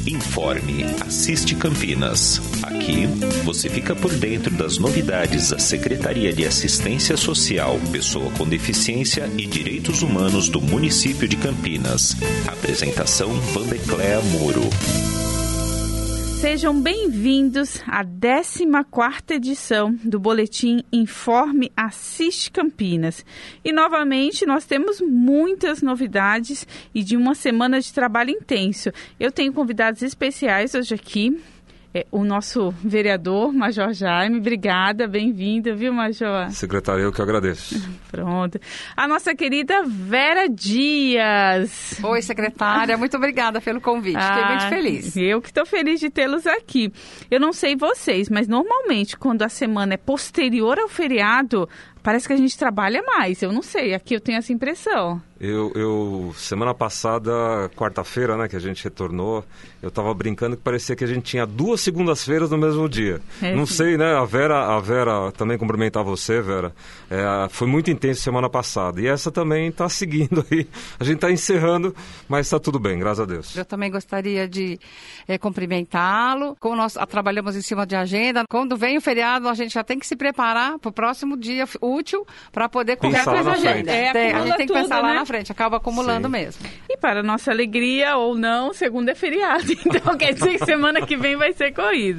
Informe Assiste Campinas. Aqui você fica por dentro das novidades da Secretaria de Assistência Social, Pessoa com Deficiência e Direitos Humanos do município de Campinas. Apresentação Vandecléa Muro. Sejam bem-vindos à 14ª edição do Boletim Informe Assiste Campinas. E, novamente, nós temos muitas novidades e de uma semana de trabalho intenso. Eu tenho convidados especiais hoje aqui. O nosso vereador, Major Jaime. Obrigada, bem-vinda, viu, Major? Secretária, eu que agradeço. Pronto. A nossa querida Vera Dias. Oi, secretária, muito obrigada pelo convite, fiquei muito feliz. Eu que estou feliz de tê-los aqui. Eu não sei vocês, mas normalmente quando a semana é posterior ao feriado, parece que a gente trabalha mais. Eu não sei, aqui eu tenho essa impressão. Semana passada, quarta-feira, né, que a gente retornou, eu tava brincando que parecia que a gente tinha 2 segundas-feiras no mesmo dia. Não sei, né, a Vera também cumprimentar você, Vera, foi muito intenso semana passada, e essa também tá seguindo aí, a gente tá encerrando, mas tá tudo bem, graças a Deus. Eu também gostaria de cumprimentá-lo, como nós trabalhamos em cima de agenda, quando vem o feriado, a gente já tem que se preparar para o próximo dia útil para poder correr com a agenda. A gente tem que pensar lá na frente, acaba acumulando mesmo. E para nossa alegria ou não, segunda é feriado. Então quer dizer que semana que vem vai ser corrido.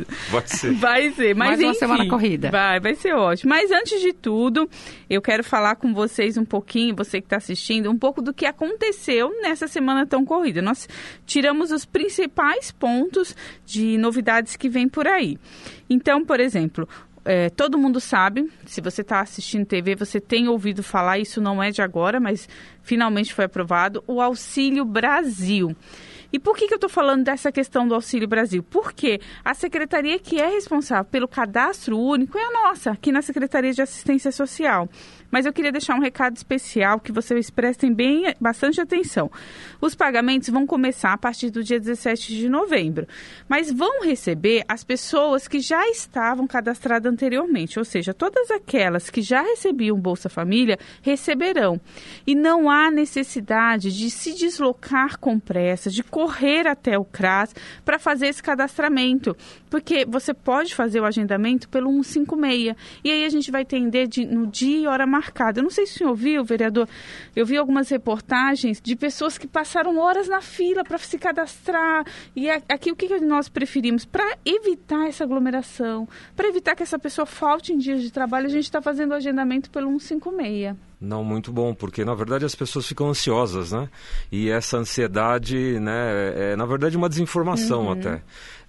Vai ser. Mas mais enfim, uma semana corrida. Vai ser ótimo. Mas antes de tudo, eu quero falar com vocês um pouquinho, você que está assistindo, um pouco do que aconteceu nessa semana tão corrida. Nós tiramos os principais pontos de novidades que vem por aí. Então, por exemplo, todo mundo sabe, se você está assistindo TV, você tem ouvido falar, isso não é de agora, mas finalmente foi aprovado, o Auxílio Brasil. E por que eu estou falando dessa questão do Auxílio Brasil? Porque a secretaria que é responsável pelo cadastro único é a nossa, aqui na Secretaria de Assistência Social. Mas eu queria deixar um recado especial que vocês prestem bastante atenção. Os pagamentos vão começar a partir do dia 17 de novembro, mas vão receber as pessoas que já estavam cadastradas anteriormente, ou seja, todas aquelas que já recebiam Bolsa Família receberão. E não há necessidade de se deslocar com pressa, de correr até o CRAS para fazer esse cadastramento, porque você pode fazer o agendamento pelo 156, e aí a gente vai atender no dia e hora marcada. Eu não sei se o senhor viu, vereador, eu vi algumas reportagens de pessoas que passaram horas na fila para se cadastrar, e aqui o que nós preferimos? Para evitar essa aglomeração, para evitar que essa pessoa falte em dias de trabalho, a gente está fazendo o agendamento pelo 156. Não, muito bom, porque na verdade as pessoas ficam ansiosas, né? E essa ansiedade, né, é na verdade uma desinformação até.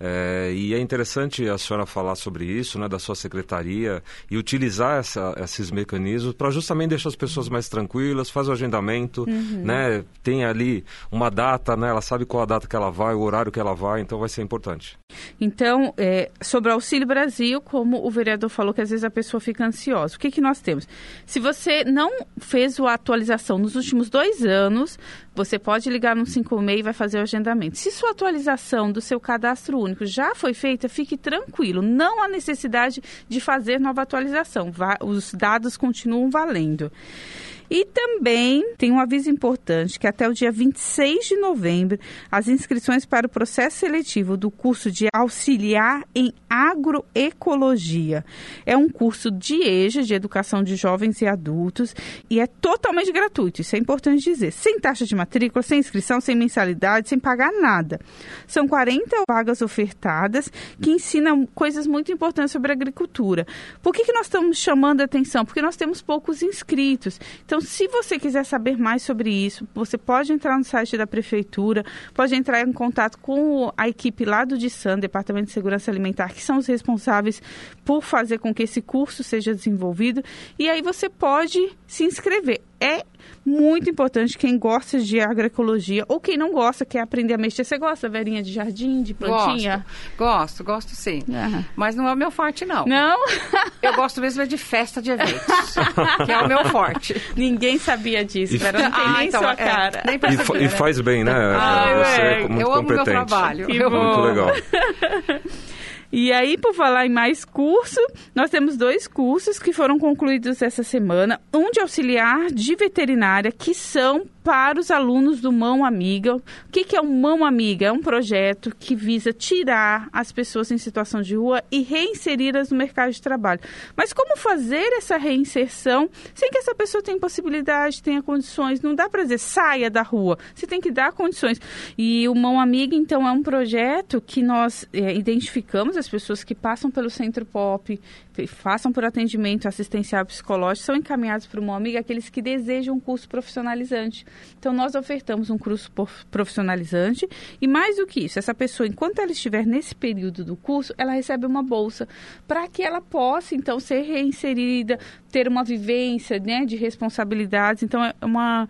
E é interessante a senhora falar sobre isso, né, da sua secretaria, e utilizar esses mecanismos para justamente deixar as pessoas mais tranquilas, faz o agendamento, né? Tem ali uma data, né? Ela sabe qual a data que ela vai, o horário que ela vai, então vai ser importante. Então, sobre o Auxílio Brasil, como o vereador falou que às vezes a pessoa fica ansiosa, o que nós temos? Se você não fez a atualização nos últimos 2 anos, você pode ligar no 56 e vai fazer o agendamento. Se sua atualização do seu cadastro único já foi feita, fique tranquilo, não há necessidade de fazer nova atualização, os dados continuam valendo. E também tem um aviso importante que até o dia 26 de novembro, as inscrições para o processo seletivo do curso de auxiliar em agroecologia. É um curso de EJA, de educação de jovens e adultos, e é totalmente gratuito, isso é importante dizer. Sem taxa de matrícula, sem inscrição, sem mensalidade, sem pagar nada. São 40 vagas ofertadas que ensinam coisas muito importantes sobre a agricultura. Por que nós estamos chamando a atenção? Porque nós temos poucos inscritos. Então, se você quiser saber mais sobre isso, você pode entrar no site da Prefeitura, pode entrar em contato com a equipe lá do DISAN, Departamento de Segurança Alimentar, que são os responsáveis por fazer com que esse curso seja desenvolvido, e aí você pode se inscrever. É muito importante quem gosta de agroecologia ou quem não gosta, quer aprender a mexer. Você gosta, Verinha, de jardim, de plantinha? Gosto sim. Mas não é o meu forte, não. Não? Eu gosto mesmo de festa de eventos, que é o meu forte. Ninguém sabia disso, Vera, não tem nem sua cara. Nem e faz bem, né? Eu amo o meu trabalho. Muito legal. E aí, por falar em mais curso, nós temos 2 cursos que foram concluídos essa semana. Um de auxiliar de veterinária, que são para os alunos do Mão Amiga. O que é o Mão Amiga? É um projeto que visa tirar as pessoas em situação de rua e reinseri-las no mercado de trabalho. Mas como fazer essa reinserção sem que essa pessoa tenha possibilidade, tenha condições? Não dá para dizer, saia da rua. Você tem que dar condições. E o Mão Amiga, então, é um projeto que nós identificamos as pessoas que passam pelo Centro Pop, passam por atendimento assistencial psicológico, são encaminhados para o Mão Amiga aqueles que desejam um curso profissionalizante. Então, nós ofertamos um curso profissionalizante e, mais do que isso, essa pessoa, enquanto ela estiver nesse período do curso, ela recebe uma bolsa para que ela possa, então, ser reinserida, ter uma vivência, né, de responsabilidades. Então, é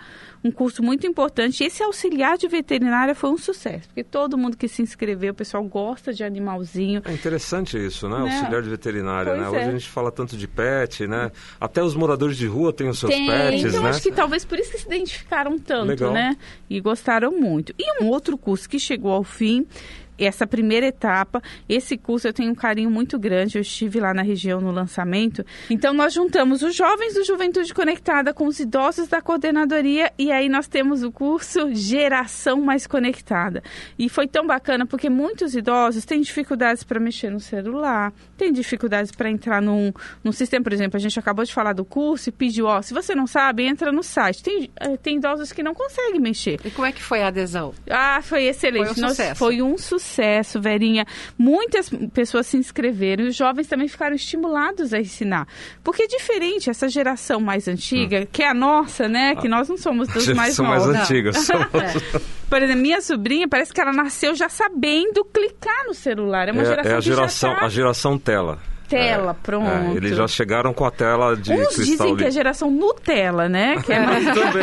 um curso muito importante. Esse auxiliar de veterinária foi um sucesso, porque todo mundo que se inscreveu, o pessoal gosta de animalzinho. É interessante isso, né? Auxiliar de veterinária, né? Hoje a gente fala tanto de pet, né? Até os moradores de rua têm os seus pets, então, né? Acho que talvez por isso que se identificaram tanto, Legal. né? E gostaram muito. E um outro curso que chegou ao fim, essa primeira etapa, esse curso eu tenho um carinho muito grande, eu estive lá na região no lançamento. Então, nós juntamos os jovens do Juventude Conectada com os idosos da coordenadoria e aí nós temos o curso Geração Mais Conectada. E foi tão bacana porque muitos idosos têm dificuldades para mexer no celular, têm dificuldades para entrar num sistema. Por exemplo, a gente acabou de falar do curso e pediu, se você não sabe, entra no site. Tem idosos que não conseguem mexer. E como é que foi a adesão? Foi excelente. Foi um sucesso. Foi um sucesso, Verinha. Muitas pessoas se inscreveram e os jovens também ficaram estimulados a ensinar. Porque é diferente essa geração mais antiga, que é a nossa, né? Que nós não somos dos mais novos. São mais antigas. Por exemplo, minha sobrinha, parece que ela nasceu já sabendo clicar no celular. É uma geração a geração tela. Tela, pronto. Eles já chegaram com a tela de Uns cristal. dizem que é a geração Nutella, né? Que é mais...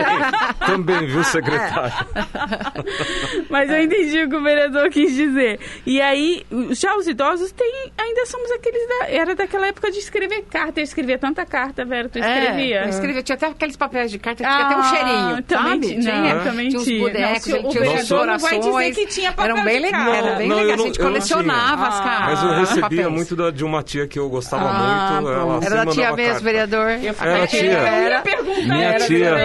Também, viu, secretário? Mas eu entendi o que o vereador quis dizer. E aí, já os idosos ainda somos aqueles era daquela época de escrever carta. Eu escrevia tanta carta, Vera, tu escrevia? Eu escrevia, tinha até aqueles papéis de carta que tinha até um cheirinho, também, sabe? Também tinha. Tinha uns bonecos, tinha umas orações. Não vai dizer que tinha papel eram bem legais, era bem legal. A gente colecionava as cartas. Mas eu recebia muito de uma tia que eu gostava muito. Ela era da tia mesmo, carta. Vereador? Era tia. Eu ia perguntar. Minha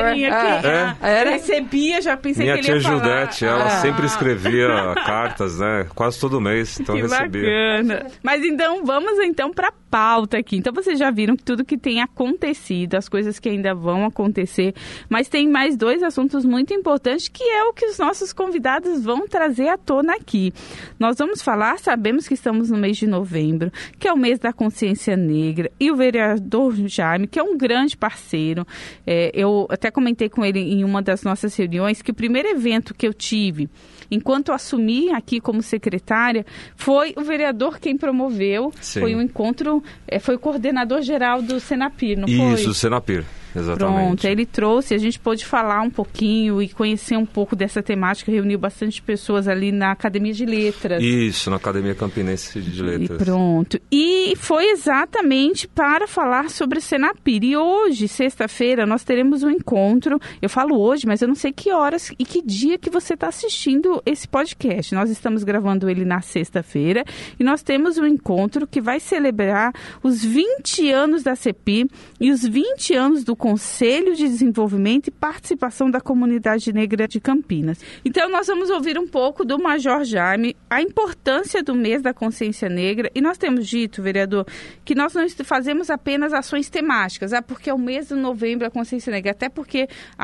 tia. Recebia, já pensei que ele ia falar. Minha tia Judete, ela sempre escrevia cartas, né? Quase todo mês, então que recebia. Bacana. Mas então, vamos então para a pauta aqui. Então, vocês já viram tudo que tem acontecido, as coisas que ainda vão acontecer, mas tem mais 2 assuntos muito importantes, que é o que os nossos convidados vão trazer à tona aqui. Nós vamos falar, sabemos que estamos no mês de novembro, que é o mês da consciência negra, e o vereador Jaime, que é um grande parceiro. Eu até comentei com ele em uma das nossas reuniões que o primeiro evento que eu tive, enquanto eu assumi aqui como secretária, foi o vereador quem promoveu. Sim. Foi um encontro, foi o coordenador geral do Senapir, não foi? Isso, Senapir. Exatamente. Pronto, ele trouxe, a gente pôde falar um pouquinho e conhecer um pouco dessa temática, reuniu bastante pessoas ali na Academia de Letras. Isso, na Academia Campinense de Letras. E pronto. E foi exatamente para falar sobre Senapir. E hoje, sexta-feira, nós teremos um encontro, eu falo hoje, mas eu não sei que horas e que dia que você está assistindo esse podcast. Nós estamos gravando ele na sexta-feira e nós temos um encontro que vai celebrar os 20 anos da CEPI e os 20 anos do Conselho de Desenvolvimento e Participação da Comunidade Negra de Campinas. Então, nós vamos ouvir um pouco do Major Jaime, a importância do mês da consciência negra, e nós temos dito, vereador, que nós não fazemos apenas ações temáticas, porque é o mês de novembro da consciência negra, até porque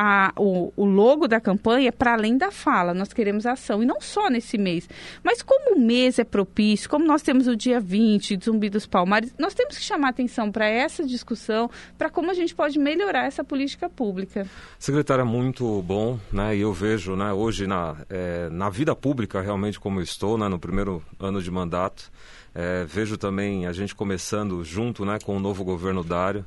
o logo da campanha é para além da fala, nós queremos ação, e não só nesse mês, mas como o mês é propício, como nós temos o dia 20 de Zumbi dos Palmares, nós temos que chamar atenção para essa discussão, para como a gente pode melhorar essa política pública. Secretária, muito bom, né? E eu vejo, né, hoje na vida pública, realmente como eu estou, né, no primeiro ano de mandato, vejo também a gente começando junto, né, com o novo governo Dário.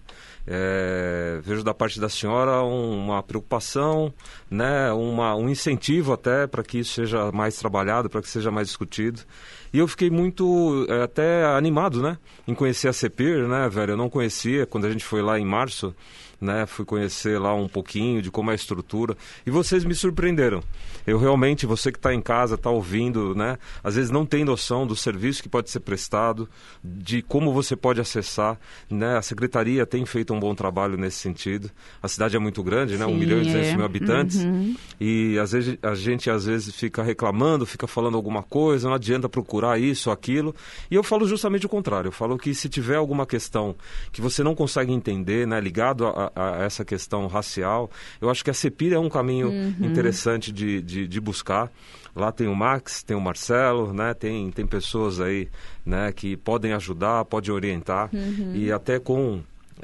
Vejo da parte da senhora uma preocupação, né, um incentivo até para que isso seja mais trabalhado, para que seja mais discutido. E eu fiquei muito até animado, né, em conhecer a CEPIR, né, velho? Eu não conhecia quando a gente foi lá em março, né, fui conhecer lá um pouquinho de como é a estrutura, e vocês me surpreenderam. Eu realmente, você que está em casa, está ouvindo, né, às vezes não tem noção do serviço que pode ser Estado, de como você pode acessar, né? A Secretaria tem feito um bom trabalho nesse sentido. A cidade é muito grande, né? 1.200.000 habitantes. E às vezes, a gente às vezes fica reclamando, fica falando alguma coisa, não adianta procurar isso, aquilo. E eu falo justamente o contrário. Eu falo que se tiver alguma questão que você não consegue entender, né? Ligado a essa questão racial, eu acho que a CEPIR é um caminho interessante de buscar. Lá tem o Max, tem o Marcelo, né? Tem pessoas aí, né? Que podem ajudar, podem orientar. E até com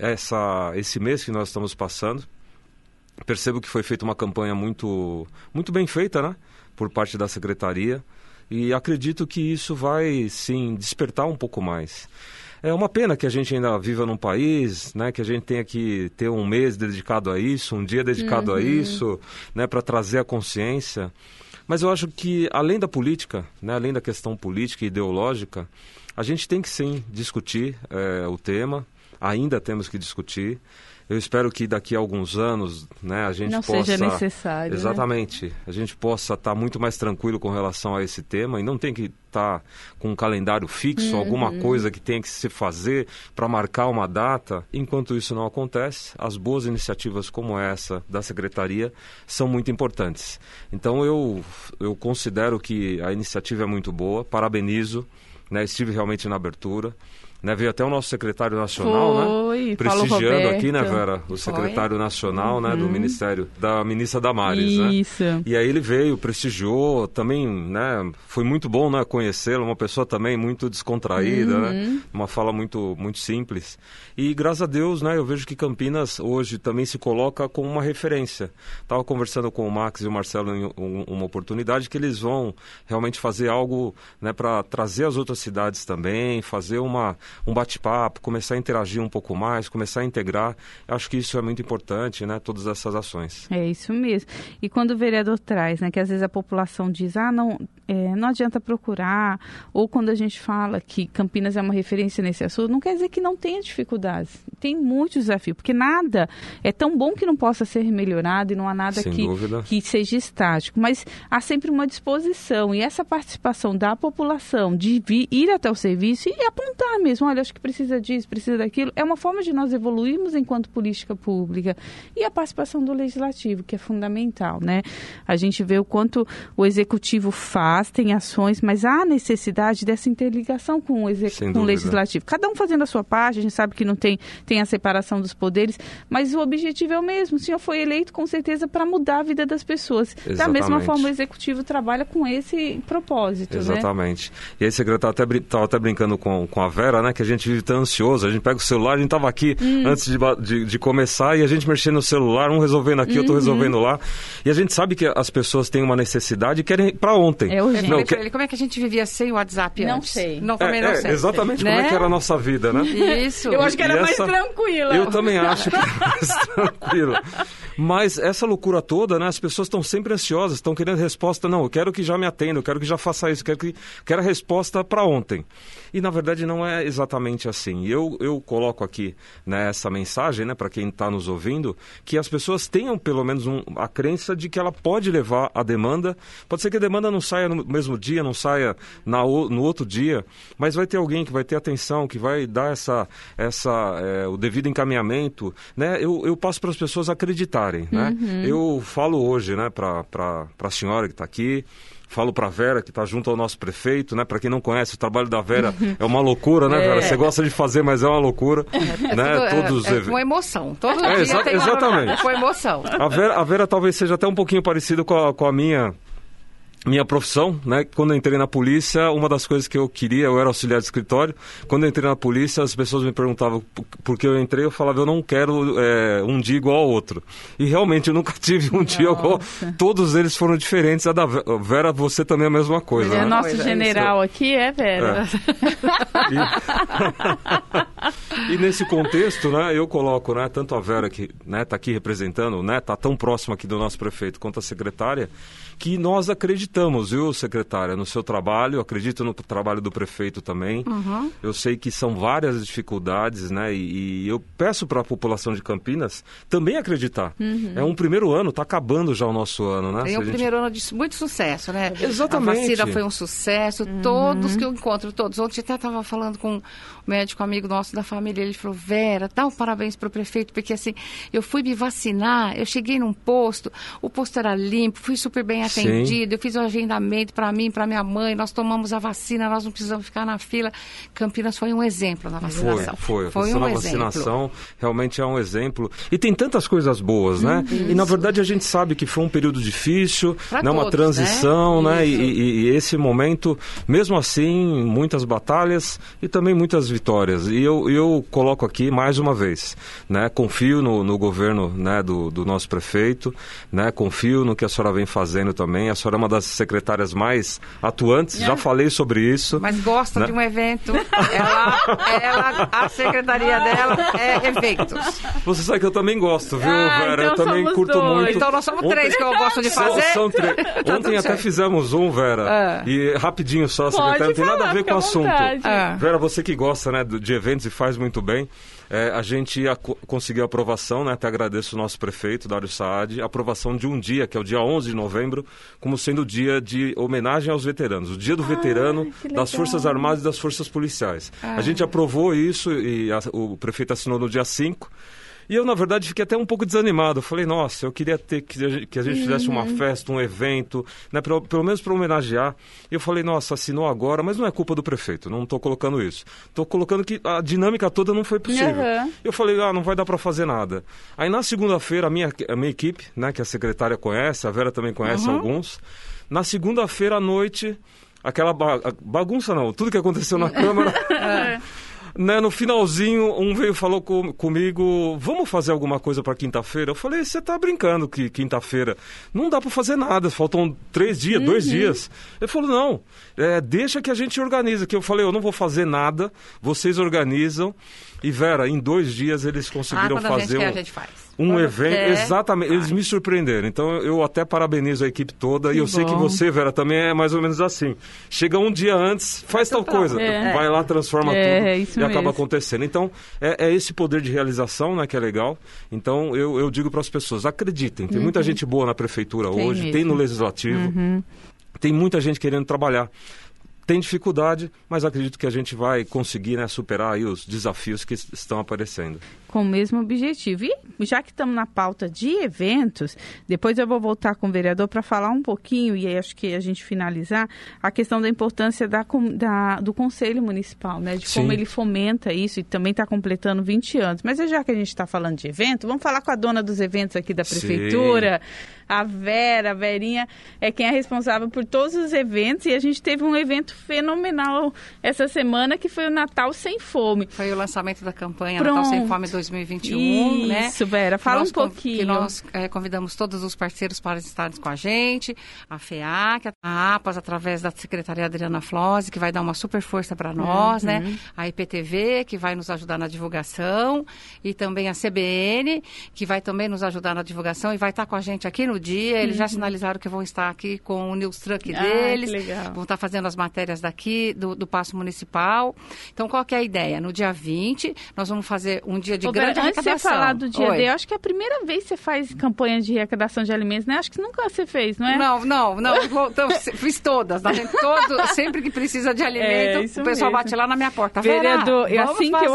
esse mês que nós estamos passando, percebo que foi feita uma campanha muito, muito bem feita, né? Por parte da Secretaria. E acredito que isso vai, sim, despertar um pouco mais. É uma pena que a gente ainda viva num país, né, que a gente tenha que ter um mês dedicado a isso, um dia dedicado a isso, né, para trazer a consciência. Mas eu acho que, além da política, né, além da questão política e ideológica, a gente tem que, sim, discutir o tema, ainda temos que discutir. Eu espero que daqui a alguns anos, né, a gente não possa... seja necessário. Exatamente. Né? A gente possa estar muito mais tranquilo com relação a esse tema e não tem que estar com um calendário fixo, alguma coisa que tenha que se fazer para marcar uma data. Enquanto isso não acontece, as boas iniciativas como essa da Secretaria são muito importantes. Então eu considero que a iniciativa é muito boa, parabenizo, né, estive realmente na abertura. Né, veio até o nosso secretário nacional, né, prestigiando aqui, né, Vera, o secretário nacional, né, do Ministério, da ministra Damares, Isso. Né? E aí ele veio, prestigiou, também, né, foi muito bom, né, conhecê-lo, uma pessoa também muito descontraída, né, uma fala muito, muito simples. E graças a Deus, né, eu vejo que Campinas hoje também se coloca como uma referência. Estava conversando com o Max e o Marcelo em uma oportunidade que eles vão realmente fazer algo, né, para trazer as outras cidades também, fazer um bate-papo, começar a interagir um pouco mais, começar a integrar. Eu acho que isso é muito importante, né? Todas essas ações. É isso mesmo. E quando o vereador traz, né, que às vezes a população diz, não adianta procurar, ou quando a gente fala que Campinas é uma referência nesse assunto, não quer dizer que não tenha dificuldades. Tem muitos desafios, porque nada é tão bom que não possa ser melhorado e não há nada que seja estático. Mas há sempre uma disposição e essa participação da população de ir até o serviço e apontar mesmo, olha, acho que precisa disso, precisa daquilo, é uma forma de nós evoluirmos enquanto política pública. E a participação do Legislativo, que é fundamental, né? A gente vê o quanto o Executivo faz, tem ações, mas há necessidade dessa interligação com o Legislativo. Cada um fazendo a sua parte, a gente sabe que não tem a separação dos poderes, mas o objetivo é o mesmo. O senhor foi eleito, com certeza, para mudar a vida das pessoas. Exatamente. Da mesma forma, o Executivo trabalha com esse propósito, Exatamente. Né? E aí, secretário, estava até brincando com a Vera, né, que a gente vive tão ansioso, a gente pega o celular, a gente estava aqui antes de começar e a gente mexendo no celular, um resolvendo aqui, outro resolvendo lá, e a gente sabe que as pessoas têm uma necessidade e querem para ontem. É urgente. Como é que a gente vivia sem o WhatsApp não antes? Sei. Não sei. Exatamente, né? Como é que era a nossa vida, né? Isso. Eu acho que era mais tranquila. Eu também acho que era mais tranquila. Mas essa loucura toda, né, as pessoas estão sempre ansiosas, estão querendo resposta, não, eu quero que já me atenda, eu quero que já faça isso, quero a resposta para ontem. E na verdade não é exatamente assim. Eu coloco aqui, né, essa mensagem, né, para quem está nos ouvindo, que as pessoas tenham pelo menos a crença de que ela pode levar a demanda. Pode ser que a demanda não saia no mesmo dia, não saia no outro dia, mas vai ter alguém que vai ter atenção, que vai dar o devido encaminhamento, né? Eu passo para as pessoas acreditarem, né? Eu falo hoje, né, para a senhora que está aqui, falo para a Vera, que está junto ao nosso prefeito, né? Para quem não conhece, o trabalho da Vera é uma loucura, né, Vera? Você gosta de fazer, mas é uma loucura. Né? Com emoção. Todo dia tem exatamente. Com emoção. A Vera talvez seja até um pouquinho parecida com a minha profissão, né? Quando eu entrei na polícia, uma das coisas que eu queria, eu era auxiliar de escritório. Quando eu entrei na polícia, as pessoas me perguntavam por que eu entrei, eu falava, eu não quero um dia igual ao outro. E realmente eu nunca tive um dia igual. Todos eles foram diferentes. A da Vera, você também é a mesma coisa. Ele né? É nosso general aqui, Vera. E nesse contexto, né, eu coloco, né, tanto a Vera, que está aqui representando, né, está tão próxima aqui do nosso prefeito, quanto a secretária, que nós acreditamos, viu, secretária, no seu trabalho, acredito no trabalho do prefeito também. Eu sei que são várias dificuldades, né, e eu peço para a população de Campinas também acreditar. É um primeiro ano, está acabando já o nosso ano, né? É um primeiro ano de muito sucesso, né? Exatamente. A vacina foi um sucesso, todos que eu encontro, todos. Ontem até estava falando com um médico amigo nosso da família, ele falou, Vera, dá um parabéns para o prefeito, porque assim, eu fui me vacinar, eu cheguei num posto, o posto era limpo, fui super bem atendido, eu fiz o agendamento para mim, para minha mãe, nós tomamos a vacina, nós não precisamos ficar na fila. Campinas foi um exemplo na vacinação. Foi um vacinação realmente é um exemplo. E tem tantas coisas boas, né? E na verdade a gente sabe que foi um período difícil, né? Uma transição, né? E esse momento, mesmo assim, muitas batalhas e também muitas vitórias. E eu coloco aqui mais uma vez, né? Confio no governo, né, do nosso prefeito, né? Confio no que a senhora vem fazendo também. A senhora é uma das secretárias mais atuantes, já falei sobre isso. Mas gosta, né, de um evento. A secretaria dela é eventos. Você sabe que eu também gosto, viu, Vera? Então eu também curto muito. Então nós somos três que eu gosto de fazer. São três. Ontem até fizemos um, Vera. E rapidinho só, secretária, não tem nada a ver com o assunto. Vera, você que gosta, né, de eventos e faz muito bem. A gente conseguiu a aprovação, né? Até agradeço o nosso prefeito, Dário Saad, a aprovação de um dia, que é o dia 11 de novembro, como sendo o dia de homenagem aos veteranos, o dia do veterano das Forças Armadas e das Forças Policiais. A gente aprovou isso e o prefeito assinou no dia 5. E eu, na verdade, fiquei até um pouco desanimado. Eu falei, nossa, eu queria que a gente fizesse uma festa, um evento, né, pelo menos para homenagear. E eu falei, nossa, assinou agora, mas não é culpa do prefeito, não estou colocando isso. Estou colocando que a dinâmica toda não foi possível. Eu falei, não vai dar para fazer nada. Aí, na segunda-feira, a minha equipe, né, que a secretária conhece, a Vera também conhece alguns, na segunda-feira à noite, aquela bagunça não, tudo que aconteceu na Câmara... Né, no finalzinho, um veio e falou comigo, vamos fazer alguma coisa para quinta-feira? Eu falei, você tá brincando que quinta-feira não dá para fazer nada, faltam 3 dias, 2 dias. Ele falou, não, deixa que a gente organiza. Que eu falei, eu não vou fazer nada, vocês organizam. E Vera, em 2 dias eles conseguiram fazer a gente faz. Um evento, exatamente, eles me surpreenderam. Então eu até parabenizo a equipe toda. E eu sei que você, Vera, também é mais ou menos assim. Chega um dia antes, faz tal coisa, vai lá, transforma tudo e acaba acontecendo. Então é esse poder de realização, né, que é legal. Então eu digo para as pessoas, acreditem, tem muita gente boa na prefeitura hoje, tem no legislativo, tem muita gente querendo trabalhar. Tem dificuldade, mas acredito que a gente vai conseguir, né, superar aí os desafios que estão aparecendo. Com o mesmo objetivo. E já que estamos na pauta de eventos, depois eu vou voltar com o vereador para falar um pouquinho, e aí acho que a gente finalizar, a questão da importância do Conselho Municipal, né? De como ele fomenta isso, e também está completando 20 anos. Mas já que a gente está falando de evento, vamos falar com a dona dos eventos aqui da Prefeitura, a Verinha, é quem é responsável por todos os eventos, e a gente teve um evento fenomenal essa semana, que foi o Natal Sem Fome. Foi o lançamento da campanha Natal Sem Fome 2021, né? Isso, Vera, fala um pouquinho. Que nós convidamos todos os parceiros para estarem com a gente, a FEAC, a APAS, através da Secretaria Adriana Flose, que vai dar uma super força para nós, né? A IPTV, que vai nos ajudar na divulgação, e também a CBN, que vai também nos ajudar na divulgação, e vai estar com a gente aqui no dia. Eles já sinalizaram que vão estar aqui com o News Truck deles, vão estar fazendo as matérias daqui, do Paço Municipal. Então, qual que é a ideia? No dia 20, nós vamos fazer um dia de grande arrecadação. Antes de você falar do dia D, eu acho que é a primeira vez que você faz campanha de arrecadação de alimentos, né? Acho que nunca você fez, não é? Não. Então, fiz todas. Sempre que precisa de alimento, o pessoal bate lá na minha porta. Vereador, assim que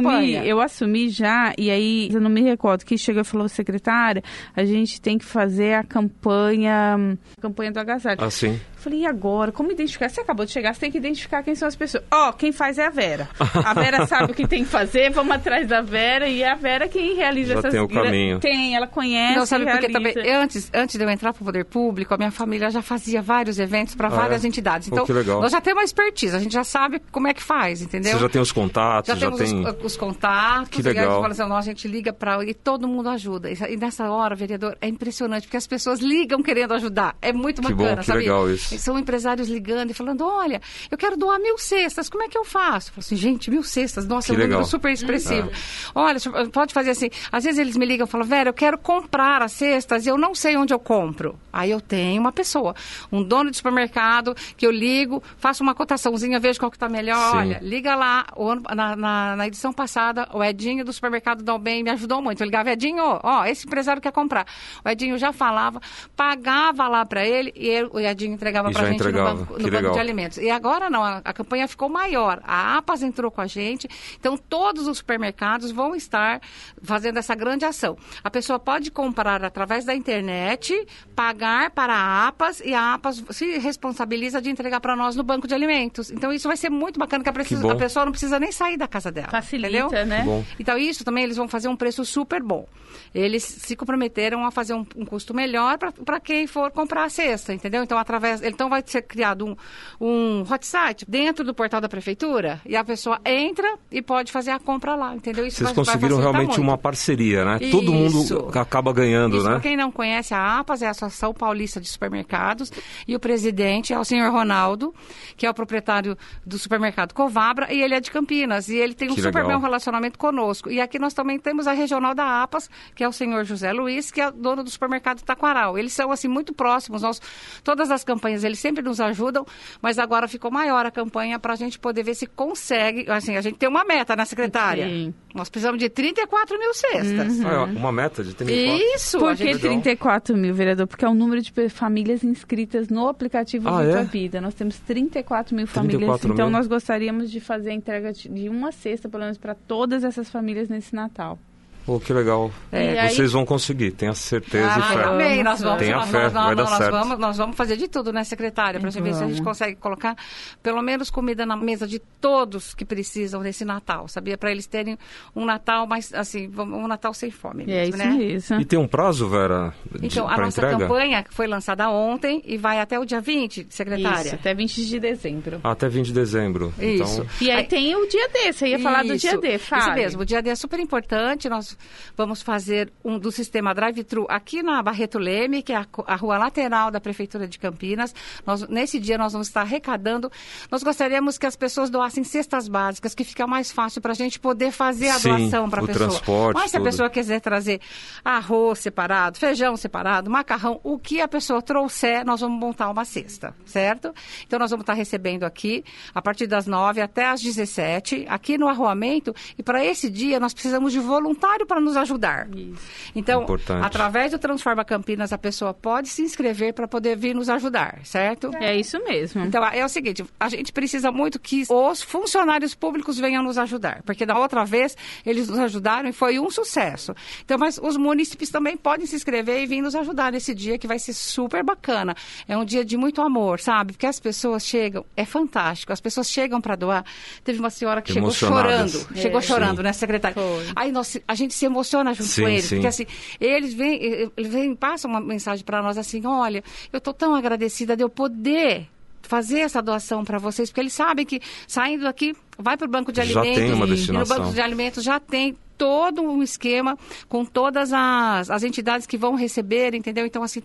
eu assumi já, e aí eu não me recordo, que chegou e falou, secretária, a gente tem que fazer a campanha do agasalho. Assim. Eu falei, e agora? Como identificar? Você acabou de chegar, você tem que identificar quem são as pessoas. Quem faz é a Vera. A Vera sabe o que tem que fazer, vamos atrás da Vera, e é a Vera quem realiza essas... Já tem o caminho. Ela conhece, não, sabe porque também, antes de eu entrar para o Poder Público, a minha família já fazia vários eventos para várias entidades. Então, nós já temos uma expertise, a gente já sabe como é que faz, entendeu? Você já tem os contatos, já tem os contatos. Que legal. A gente liga para... E todo mundo ajuda. E nessa hora, vereador, é impressionante, porque as pessoas ligam querendo ajudar. É muito bacana, que legal isso. São empresários ligando e falando, olha, eu quero doar 1.000 cestas, como é que eu faço? Eu falo assim, gente, 1.000 cestas, nossa, é um número super expressivo. Olha, pode fazer assim, às vezes eles me ligam e falam, Vera, eu quero comprar as cestas e eu não sei onde eu compro. Aí eu tenho uma pessoa, um dono de supermercado, que eu ligo, faço uma cotaçãozinha, vejo qual que está melhor. Sim. Olha, liga lá, na edição passada, o Edinho do supermercado da Albem me ajudou muito. Eu ligava, Edinho, esse empresário quer comprar. O Edinho já falava, pagava lá para ele e o Edinho entregava para a gente no banco de alimentos. E agora não, a campanha ficou maior. A APAS entrou com a gente, então todos os supermercados vão estar fazendo essa grande ação. A pessoa pode comprar através da internet, pagar para a APAS e a APAS se responsabiliza de entregar para nós no banco de alimentos. Então isso vai ser muito bacana, que a pessoa não precisa nem sair da casa dela. Facilita, entendeu? Né? Então isso também eles vão fazer um preço super bom. Eles se comprometeram a fazer um custo melhor para quem for comprar a cesta, entendeu? Então vai ser criado um hot site dentro do portal da prefeitura e a pessoa entra e pode fazer a compra lá, entendeu? Isso Vocês conseguiram realmente muito. Uma parceria, né? Isso. Todo mundo acaba ganhando, isso, né? Para quem não conhece, a APAS é a Associação Paulista de Supermercados e o presidente é o senhor Ronaldo, que é o proprietário do supermercado Covabra, e ele é de Campinas e ele tem um super bom relacionamento conosco. E aqui nós também temos a regional da APAS, que é o senhor José Luiz, que é dono do supermercado Taquaral. Eles são, assim, muito próximos. Todas as campanhas, eles sempre nos ajudam, mas agora ficou maior a campanha para a gente poder ver se consegue. Assim, a gente tem uma meta, né, secretária? Sim. Nós precisamos de 34 mil cestas. Uma meta de 34? Isso! Por que 34 mil, vereador? Porque é o número de famílias inscritas no aplicativo Viva Vida. Nós temos 34 mil famílias, então nós gostaríamos de fazer a entrega de uma cesta, pelo menos, para todas essas famílias nesse Natal. Que legal. Vocês vão conseguir, tenha certeza e fé. Amém, tenha fé, vai dar certo. Nós vamos fazer de tudo, né, secretária? Para ver se a gente consegue colocar pelo menos comida na mesa de todos que precisam desse Natal, sabia? Para eles terem um Natal mais, assim, um Natal sem fome mesmo, isso mesmo. E tem um prazo, Vera, então, a nossa campanha foi lançada ontem e vai até o dia 20, secretária. Isso, até 20 de dezembro. Até 20 de dezembro. Isso. Então... E aí tem o dia D, você ia falar do dia D, fala. Isso mesmo, o dia D é super importante, nós vamos fazer do sistema drive-thru aqui na Barreto Leme, que é a rua lateral da Prefeitura de Campinas. Nesse dia nós vamos estar arrecadando. Nós gostaríamos que as pessoas doassem cestas básicas, que fica mais fácil para a gente poder fazer a doação para a pessoa. Transporte, mas se a pessoa quiser trazer arroz separado, feijão separado, macarrão, o que a pessoa trouxer, nós vamos montar uma cesta, certo? Então nós vamos estar recebendo aqui, a partir das 9 até as 17, aqui no arruamento, e para esse dia nós precisamos de voluntário para nos ajudar. Isso. Então, através do Transforma Campinas, a pessoa pode se inscrever para poder vir nos ajudar, certo? É isso mesmo. Então, é o seguinte, a gente precisa muito que os funcionários públicos venham nos ajudar, porque da outra vez eles nos ajudaram e foi um sucesso. Então, mas os munícipes também podem se inscrever e vir nos ajudar nesse dia, que vai ser super bacana. É um dia de muito amor, sabe? Porque as pessoas chegam, é fantástico, as pessoas chegam para doar. Teve uma senhora que chegou chorando, né, secretária? Foi. Aí a gente se emociona junto com eles, porque assim, eles vêm, passam uma mensagem para nós assim, olha, eu estou tão agradecida de eu poder fazer essa doação para vocês, porque eles sabem que saindo daqui, vai para o banco de alimentos, tem uma destinação. E no banco de alimentos já tem todo um esquema com todas as entidades que vão receber, entendeu? Então, assim,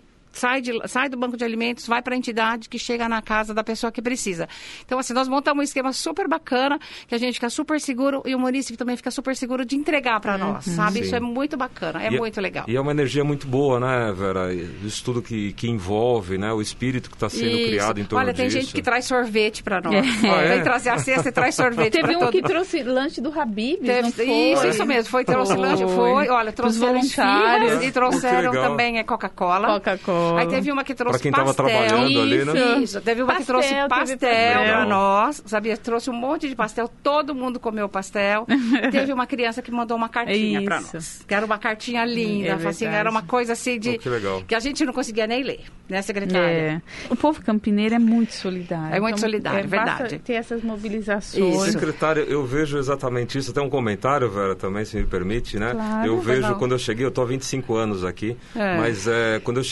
sai do banco de alimentos, vai para a entidade que chega na casa da pessoa que precisa. Então, assim, nós montamos um esquema super bacana, que a gente fica super seguro e o município também fica super seguro de entregar para nós, sabe? Sim. Isso é muito bacana, muito legal. E é uma energia muito boa, né, Vera? Isso tudo que envolve, né? O espírito que está sendo criado em torno disso. Olha, tem gente que traz sorvete para nós. Vem trazer a cesta e traz sorvete para Teve um que trouxe lanche do Habib, não foi? Isso mesmo. Trouxe lanche, olha, trouxeram esfirras e trouxeram também Coca-Cola. Aí teve uma que trouxe pastel. Para quem estava trabalhando ali, né? Isso, teve uma que trouxe pastel para nós, sabia? Trouxe um monte de pastel, todo mundo comeu pastel. Teve uma criança que mandou uma cartinha para nós. Que era uma cartinha linda, assim, era uma coisa assim de... que a gente não conseguia nem ler, né, secretária? O povo campineiro é muito solidário. É muito solidário, verdade. Ter essas mobilizações. Secretária, eu vejo exatamente isso. Até um comentário, Vera, também, se me permite, né? Claro, eu vejo, quando eu cheguei, eu estou há 25 anos aqui, mas quando eu cheguei,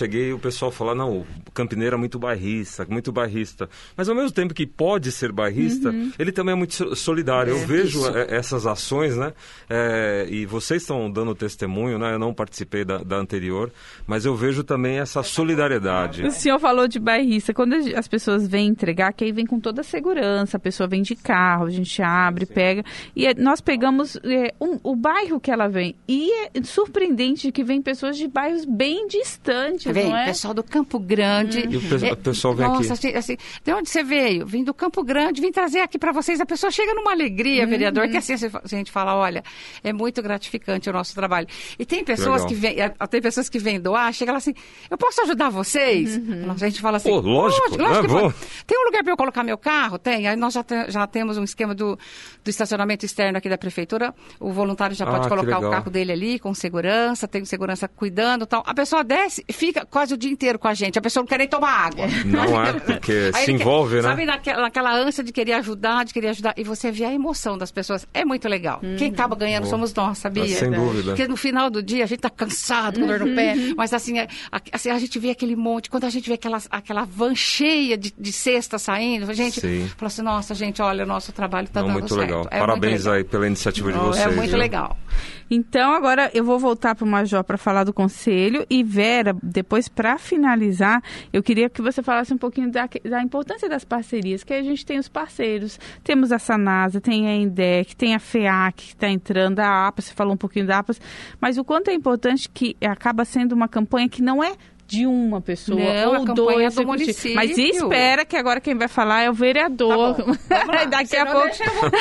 pessoal fala, não, o Campineira é muito bairrista. Mas ao mesmo tempo que pode ser bairrista, ele também é muito solidário. Eu vejo essas ações, né? E vocês estão dando testemunho, né? Eu não participei da anterior, mas eu vejo também essa solidariedade. O senhor falou de bairrista. Quando as pessoas vêm entregar, que aí vem com toda a segurança, a pessoa vem de carro, a gente abre, pega. E nós pegamos o bairro que ela vem. E é surpreendente que vem pessoas de bairros bem distantes, não é? Pessoal do Campo Grande. E o pessoal vem aqui. Assim, de onde você veio? Vim do Campo Grande, vim trazer aqui para vocês. A pessoa chega numa alegria, vereador, que assim a gente fala, olha, é muito gratificante o nosso trabalho. E tem pessoas que vêm doar, chega lá assim, eu posso ajudar vocês? A gente fala assim, lógico que pode. Tem um lugar para eu colocar meu carro? Tem. Aí nós já temos um esquema do estacionamento externo aqui da prefeitura. O voluntário já pode colocar o carro dele ali com segurança, tem segurança cuidando e tal. A pessoa desce e fica quase o dia inteiro com a gente. A pessoa não quer nem tomar água. Não é, porque se envolve, né? Sabe, naquela ânsia de querer ajudar. E você vê a emoção das pessoas. É muito legal. Quem acaba ganhando somos nós, sabia? Sem dúvida. Porque no final do dia a gente tá cansado, com dor no pé. Mas assim, a gente vê aquele monte. Quando a gente vê aquela van cheia de cesta saindo, a gente fala assim, nossa, gente, olha, o nosso trabalho tá dando muito certo. Legal. Parabéns aí pela iniciativa de vocês. É muito legal. Então, agora eu vou voltar para o Major para falar do Conselho. E Vera, depois, para finalizar, eu queria que você falasse um pouquinho da importância das parcerias, que a gente tem os parceiros. Temos a Sanasa, tem a Endec, tem a FEAC que está entrando, a APAS, você falou um pouquinho da APAS, mas o quanto é importante que acaba sendo uma campanha que não é de uma pessoa ou dois do município. Mas espera que agora quem vai falar é o vereador. Tá daqui a pouco.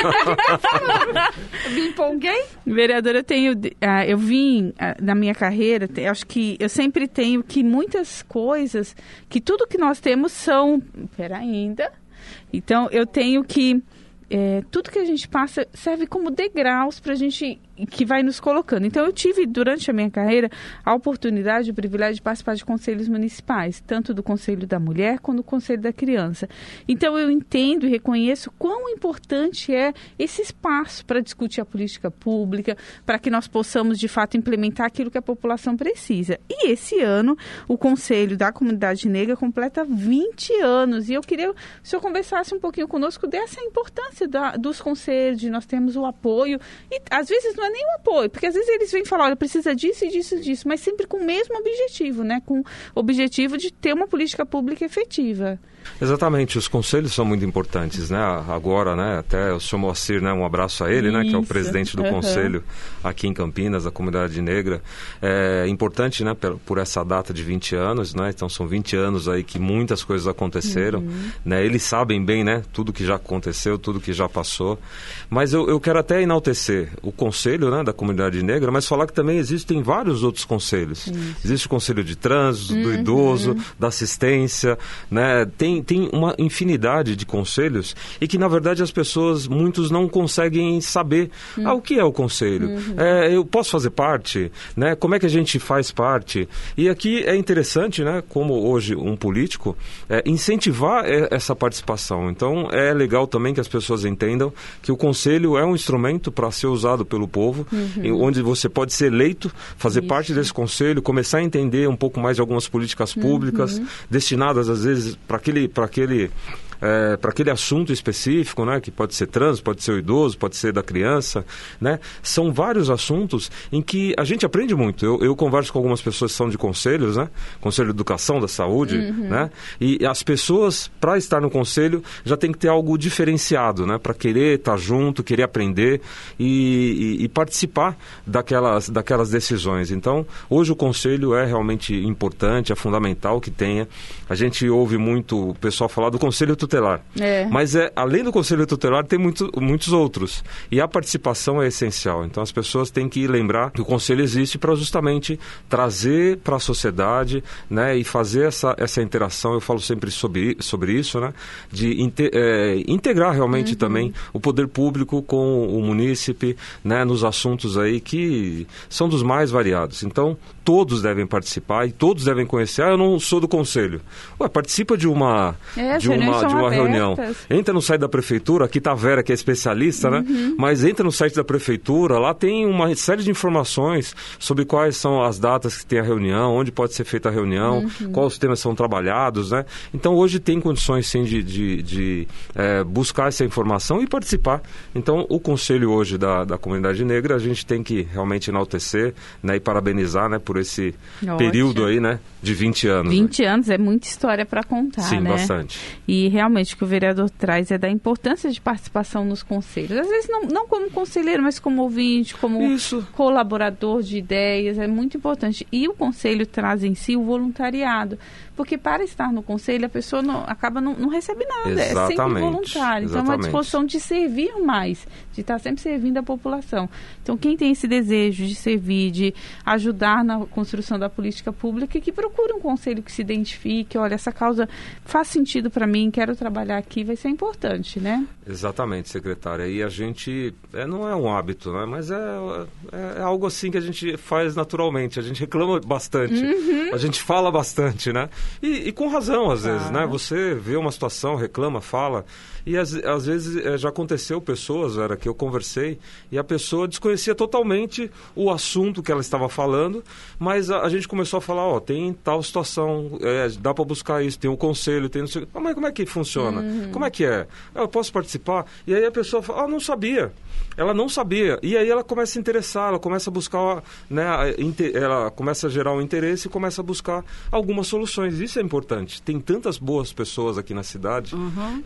Me empolguei. Vereadora, eu vim na minha carreira, acho que eu sempre tenho que muitas coisas, que tudo que nós temos são... Espera ainda. Então, eu tenho que... tudo que a gente passa serve como degraus para a gente, que vai nos colocando. Então, eu tive, durante a minha carreira, a oportunidade, o privilégio de participar de conselhos municipais, tanto do Conselho da Mulher quanto do Conselho da Criança. Então, eu entendo e reconheço quão importante é esse espaço para discutir a política pública, para que nós possamos, de fato, implementar aquilo que a população precisa. E esse ano, o Conselho da Comunidade Negra completa 20 anos. E eu queria que o senhor conversasse um pouquinho conosco dessa importância dos conselhos, de nós termos o apoio. E, às vezes, não é nem o apoio, porque às vezes eles vêm falar, olha, precisa disso e disso e disso, mas sempre com o mesmo objetivo, né? Com o objetivo de ter uma política pública efetiva. Exatamente, os conselhos são muito importantes, né? Agora, né, até o senhor Moacir, né, um abraço a ele, né, que é o presidente do conselho aqui em Campinas, da Comunidade Negra. É importante, né, por essa data de 20 anos, né? Então são 20 anos aí que muitas coisas aconteceram, né? Eles sabem bem, né, tudo que já aconteceu, tudo que já passou. Mas eu quero até enaltecer o conselho, né, da Comunidade Negra, mas falar que também existem vários outros conselhos. Existe o Conselho de Trânsito, do Idoso, da Assistência, né? Tem uma infinidade de conselhos e que, na verdade, as pessoas, muitos não conseguem saber o que é o conselho. Eu posso fazer parte? Né? Como é que a gente faz parte? E aqui é interessante, né, como hoje um político, incentivar essa participação. Então, é legal também que as pessoas entendam que o conselho é um instrumento para ser usado pelo povo, onde você pode ser eleito, fazer parte desse conselho, começar a entender um pouco mais de algumas políticas públicas destinadas, às vezes, para aquele assunto específico, né, que pode ser trans, pode ser o idoso, pode ser da criança, né? São vários assuntos em que a gente aprende muito. Eu converso com algumas pessoas que são de conselhos, né? Conselho de Educação, da Saúde, né? E as pessoas, para estar no conselho, já tem que ter algo diferenciado, né? Para querer estar junto, querer aprender e participar daquelas decisões. Então, hoje o conselho é realmente importante, é fundamental que tenha. A gente ouve muito o pessoal falar do conselho tutelar. Mas além do conselho tutelar, tem muitos outros. E a participação é essencial. Então, as pessoas têm que lembrar que o conselho existe para justamente trazer para a sociedade, né, e fazer essa interação. Eu falo sempre sobre isso, né, de integrar realmente também o poder público com o munícipe, né, nos assuntos aí que são dos mais variados. Então, todos devem participar e todos devem conhecer. Eu não sou do conselho. Participa de uma de uma reunião. Entra no site da prefeitura, aqui tá a Vera, que é especialista, né? Mas entra no site da prefeitura, lá tem uma série de informações sobre quais são as datas que tem a reunião, onde pode ser feita a reunião, quais os temas são trabalhados, né? Então, hoje tem condições, sim, de buscar essa informação e participar. Então, o Conselho hoje da Comunidade Negra, a gente tem que realmente enaltecer, né, e parabenizar, né, por esse período aí, né, de 20 anos. 20 anos é muita história para contar, sim, né? Bastante. E realmente o que o vereador traz é da importância de participação nos conselhos. Às vezes não como conselheiro, mas como ouvinte, como colaborador de ideias, é muito importante. E o conselho traz em si o voluntariado, porque para estar no conselho a pessoa acaba não recebe nada, exatamente, é sempre voluntário. Então é uma disposição de servir mais, de estar sempre servindo a população. Então quem tem esse desejo de servir, de ajudar na construção da política pública, que procure um conselho que se identifique, olha, essa causa faz sentido para mim, quero trabalhar aqui, vai ser importante, né? Exatamente, secretária. E a gente, não é um hábito, né? Mas é algo assim que a gente faz naturalmente. A gente reclama bastante, a gente fala bastante, né? E com razão, às vezes, né? Você vê uma situação, reclama, fala. E às vezes já aconteceu pessoas, Vera, que eu conversei, e a pessoa desconhecia totalmente o assunto que ela estava falando, mas a gente começou a falar, tem tal situação, dá para buscar isso, tem um conselho, tem não sei... Mas como é que funciona? Como é que é? Eu posso participar? E aí a pessoa fala, não sabia. Ela não sabia. E aí ela começa a se interessar, ela começa a buscar, né, ela começa a gerar um interesse e começa a buscar algumas soluções. Isso é importante. Tem tantas boas pessoas aqui na cidade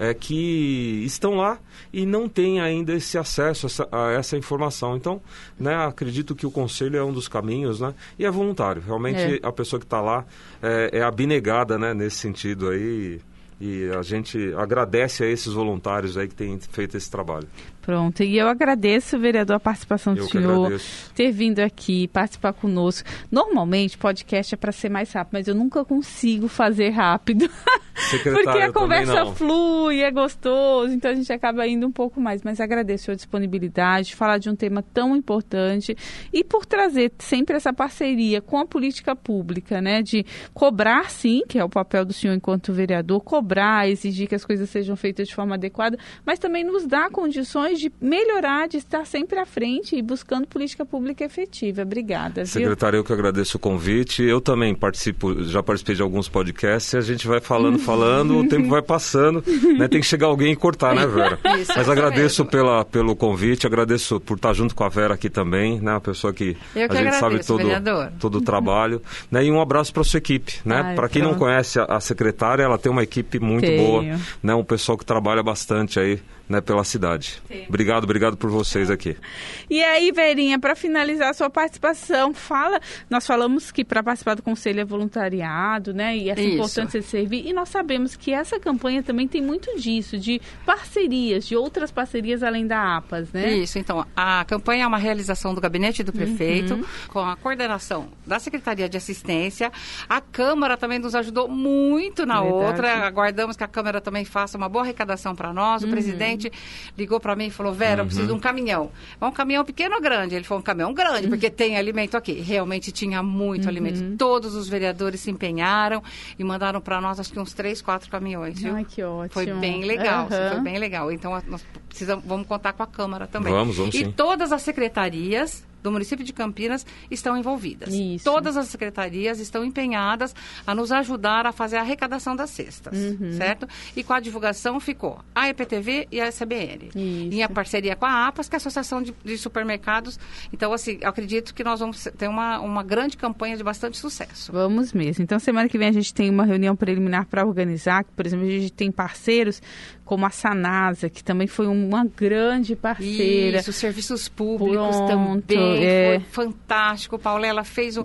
que estão lá e não têm ainda esse acesso a essa informação. Então, né, acredito que o conselho é um dos caminhos, né? E é voluntário. Realmente a pessoa que está lá é abnegada, né, nesse sentido aí. E a gente agradece a esses voluntários aí que têm feito esse trabalho. Pronto, e eu agradeço, vereador, a participação do senhor, ter vindo aqui, participar conosco. Normalmente, podcast é para ser mais rápido, mas eu nunca consigo fazer rápido. Porque a conversa flui, é gostoso, então a gente acaba indo um pouco mais. Mas agradeço a sua disponibilidade, de falar de um tema tão importante e por trazer sempre essa parceria com a política pública, né? De cobrar, sim, que é o papel do senhor enquanto vereador, cobrar, exigir que as coisas sejam feitas de forma adequada, mas também nos dá condições de melhorar, de estar sempre à frente e buscando política pública efetiva. Obrigada. Secretária, eu que agradeço o convite. Eu também já participei de alguns podcasts e a gente vai falando, o tempo vai passando, né? Tem que chegar alguém e cortar, né, Vera? Isso, mas agradeço pelo convite, agradeço por estar junto com a Vera aqui também, né? Uma pessoa que a gente sabe todo o trabalho, né? E um abraço para a sua equipe, né? Para quem não conhece a secretária, ela tem uma equipe muito boa, né? Um pessoal que trabalha bastante aí, né, pela cidade. Sim. Obrigado por vocês aqui. E aí, Verinha, para finalizar a sua participação, nós falamos que para participar do conselho é voluntariado, né, e essa importância de servir, e nós sabemos que essa campanha também tem muito disso, de parcerias, de outras parcerias além da APAS, né? Isso, então, a campanha é uma realização do gabinete do prefeito, com a coordenação da Secretaria de Assistência. A Câmara também nos ajudou muito na outra, aguardamos que a Câmara também faça uma boa arrecadação para nós. O presidente ligou para mim e falou, Vera, eu preciso de um caminhão. É um caminhão pequeno ou grande? Ele falou, um caminhão grande, porque tem alimento aqui. Realmente tinha muito alimento. Todos os vereadores se empenharam e mandaram para nós, acho que uns 3, 4 caminhões, viu? Ai, que ótimo. Foi bem legal, foi bem legal. Então, nós vamos contar com a Câmara também. Vamos sim. E todas as secretarias do município de Campinas estão envolvidas. Isso. Todas as secretarias estão empenhadas a nos ajudar a fazer a arrecadação das cestas, certo? E com a divulgação ficou a EPTV e a SBN. Em a parceria com a APAS, que é a Associação de Supermercados. Então, assim, eu acredito que nós vamos ter uma grande campanha de bastante sucesso. Vamos mesmo. Então, semana que vem a gente tem uma reunião preliminar para organizar. Por exemplo, a gente tem parceiros como a Sanasa, que também foi uma grande parceira. Isso, serviços públicos também. Foi fantástico. O Paulela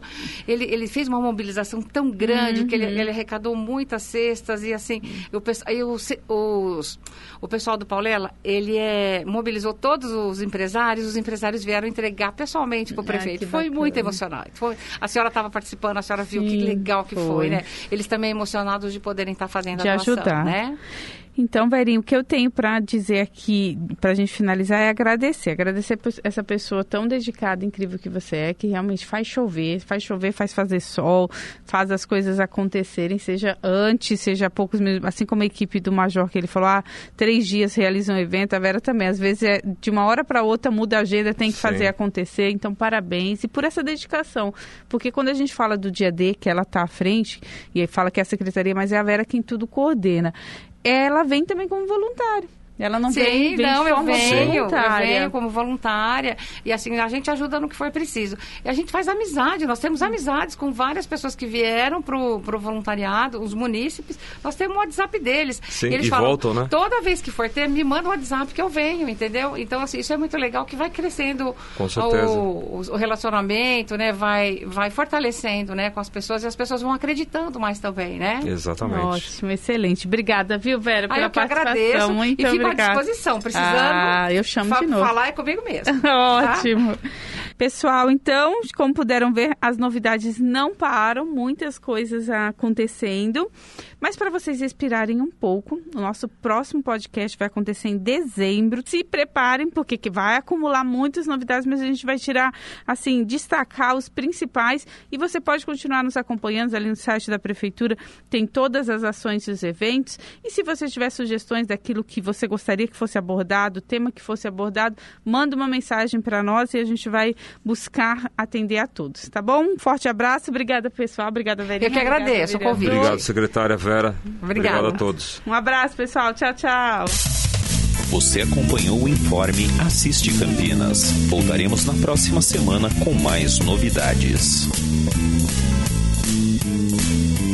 ele fez uma mobilização tão grande que ele arrecadou muitas cestas e assim, o pessoal do Paulela, ele mobilizou todos os empresários vieram entregar pessoalmente para o prefeito. Foi muito emocionante. A senhora estava participando, a senhora viu que legal que foi, né? Eles também emocionados de poderem estar fazendo a doação, ajudar, né? Então, Verinho, o que eu tenho para dizer aqui, para a gente finalizar, é agradecer essa pessoa tão dedicada, incrível que você é, que realmente faz chover, faz fazer sol, faz as coisas acontecerem, seja antes, seja poucos minutos, assim como a equipe do Major, que ele falou, 3 dias realiza um evento, a Vera também, às vezes de uma hora para outra muda a agenda, tem que fazer acontecer, então parabéns, e por essa dedicação, porque quando a gente fala do dia D, que ela está à frente, e aí fala que é a secretaria, mas é a Vera quem tudo coordena, ela vem também como voluntária. Ela não vem de forma voluntária. Eu venho como voluntária e assim, a gente ajuda no que for preciso. E a gente faz amizade, nós temos amizades com várias pessoas que vieram pro voluntariado, os munícipes, nós temos o WhatsApp deles. Sim, e eles falam, voltam, né? Toda vez que for ter, me manda o WhatsApp que eu venho, entendeu? Então, assim, isso é muito legal, que vai crescendo o relacionamento, né? Vai fortalecendo, né, com as pessoas, e as pessoas vão acreditando mais também, né? Exatamente. Ótimo, excelente. Obrigada, viu, Vera, pela participação. Agradeço. Muito obrigada. À disposição, precisando eu chamo de novo. Falar é comigo mesmo. Ótimo. Tá? Pessoal, então, como puderam ver, as novidades não param, muitas coisas acontecendo, mas para vocês respirarem um pouco, o nosso próximo podcast vai acontecer em dezembro. Se preparem, porque que vai acumular muitas novidades, mas a gente vai tirar, assim, destacar os principais, e você pode continuar nos acompanhando ali no site da Prefeitura, tem todas as ações e os eventos, e se você tiver sugestões daquilo que você gostaria que fosse abordado, o tema que fosse abordado, manda uma mensagem para nós e a gente vai buscar atender a todos, tá bom? Um forte abraço, obrigada pessoal, obrigada Verinha. Eu que agradeço o convite. Obrigado, secretária Vera. Obrigada. Obrigado a todos. Um abraço pessoal, tchau, tchau. Você acompanhou o Informe Assiste Campinas. Voltaremos na próxima semana com mais novidades.